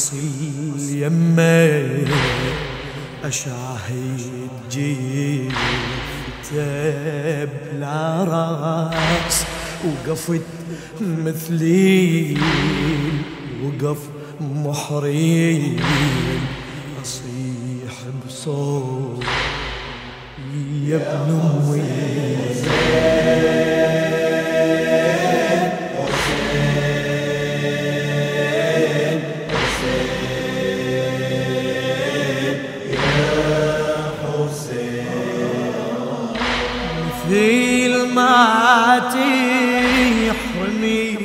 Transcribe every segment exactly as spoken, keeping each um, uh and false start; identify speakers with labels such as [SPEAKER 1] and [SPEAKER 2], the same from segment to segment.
[SPEAKER 1] أصل يمه أشاهد جيت بلا راس، وقفت مثلي وقف محرين، أصيح بصوت يا ابن أمي مثل ما تحرمي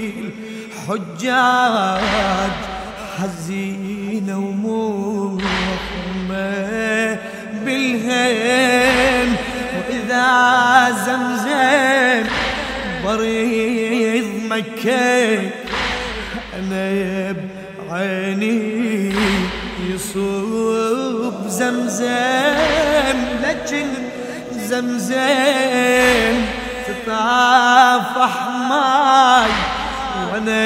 [SPEAKER 1] الحجاج حزينة ومرحمة بالهم، وإذا زمزم بريض مكة أنا بعيني يصب زمزم، لكن زمزم تطافح ماي وانا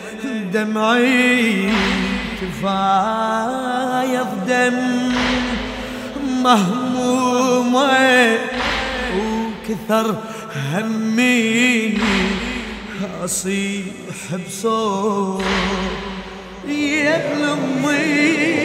[SPEAKER 1] دمعي تفايض دم، مهمومة وكثر همي أصيح بصوت يا ابن أمي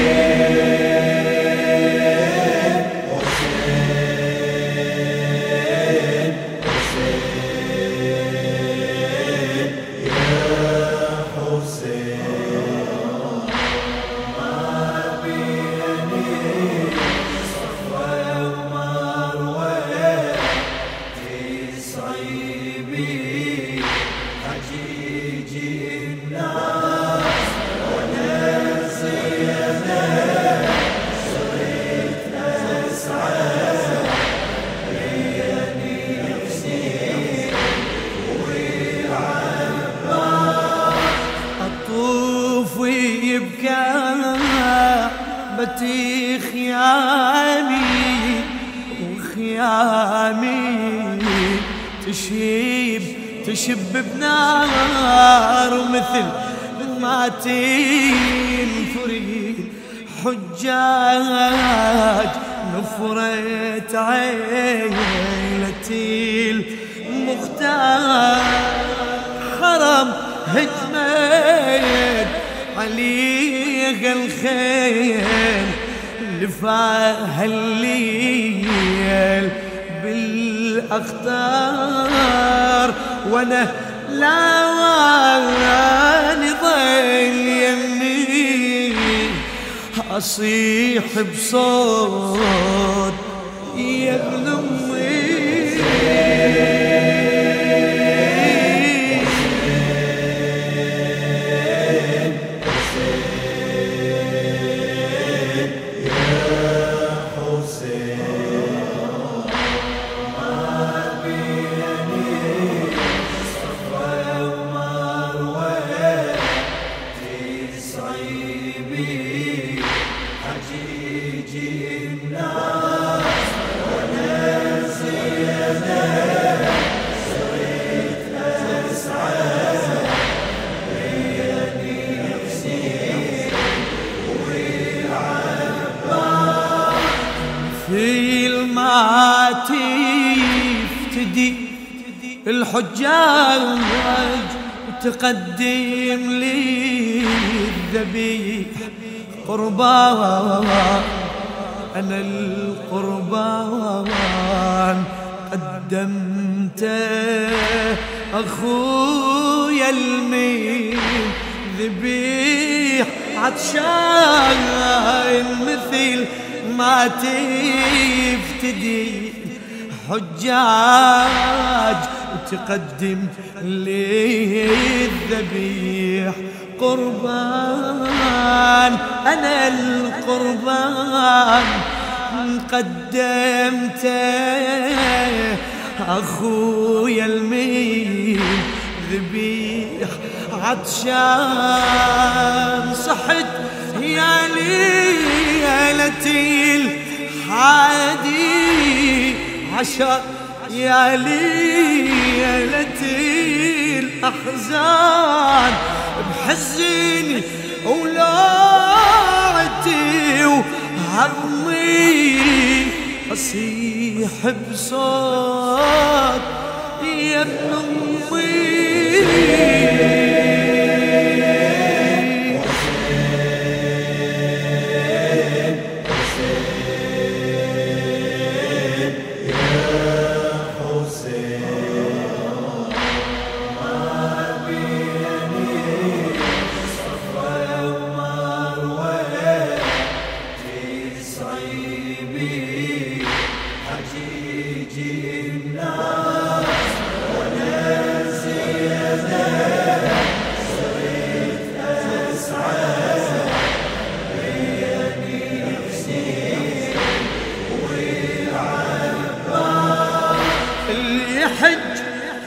[SPEAKER 1] بتي خيامي وخيامي تشيب تشب بنار، ومثل ما تنفري حجاج نفرت عيلتي المختار، حرم هجمت عليه الخيل لفاها الليل بالأخطار، وانا لا واني ضل يمي أصيح بصوت يا ابن أمي تفتدي الحجاج وتقدم لي الذبيح قربان، أنا القربان قدمته أخويا المين ذبيح عطشان، مثل ما تفتدي حجاج وتقدم لي الذبيح قربان، أنا القربان قدمته أخويا المين ذبيح عطشان، صحت يا ليلتي الحادي عشر يا ليلتي الأحزان، بحزني ولوعتي وعظمي أصيح بصوت يا ابن أمي. يحج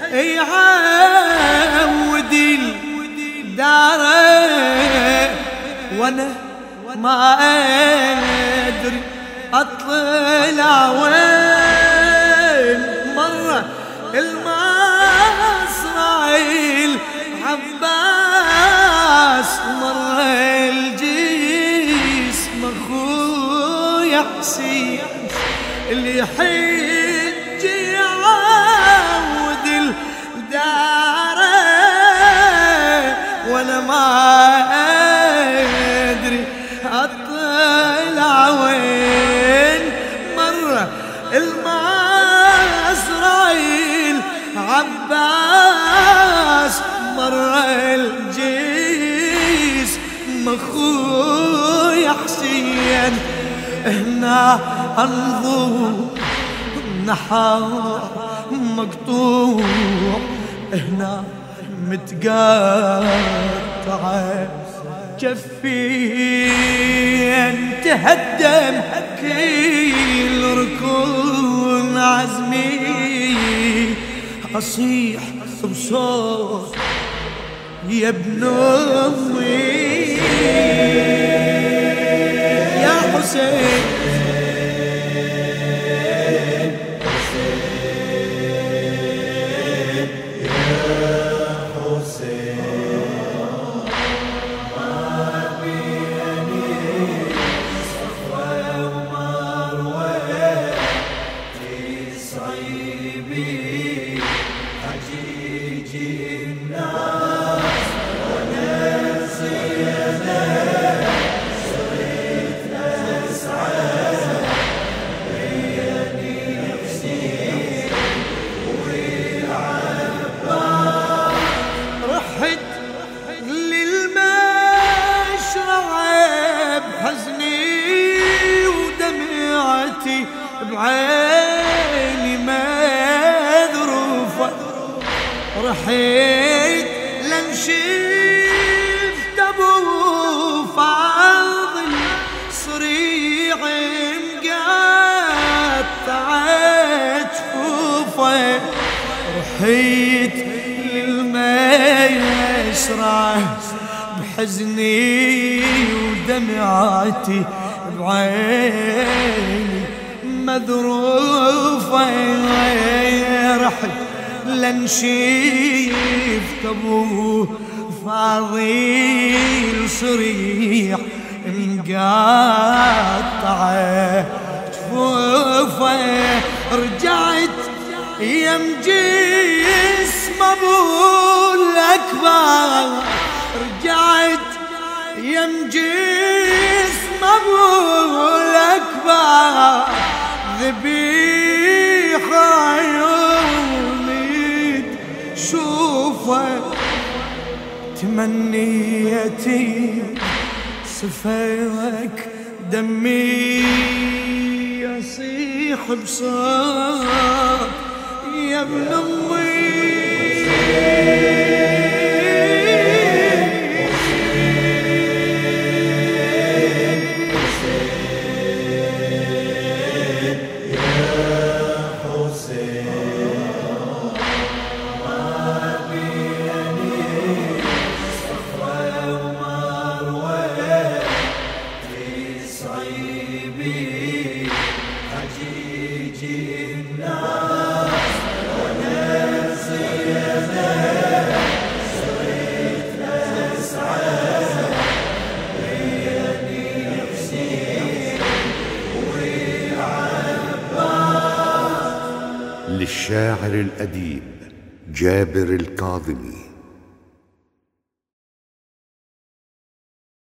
[SPEAKER 1] يعود الدار وانا ما ادري اطلع وين. مرة المصرع العباس مرة الجسم اخويا حسين اللي يحج يعود الدار وانا ما ادري اطلع وين. مرة المصرع العباس مرة الجسم اخويا حسين هنا انظر نحار مقطوع هنا متقطعة جفين تهدم كل ركون عزمي أصيح بصوت يا ابن أمي يا حسين. بعيني مذروفة رحيت لن شفت ابو فاضل صريع مقطعت جفوفه رحيت للميسرة بحزني ودمعتي بعيني مذروفة رحت لن شفت ابو فاضل صريح مقطعة جفوفه رجعت يم جسم ابو الاكبر رجعت يم جسم ابو الاكبر ذبيح عيوني تشوفه تمنيتي صفيك دمي يصيح بصوت يا ابن امي. حجيج الناس ونزينا
[SPEAKER 2] للشاعر الأديب جابر الكاظمي.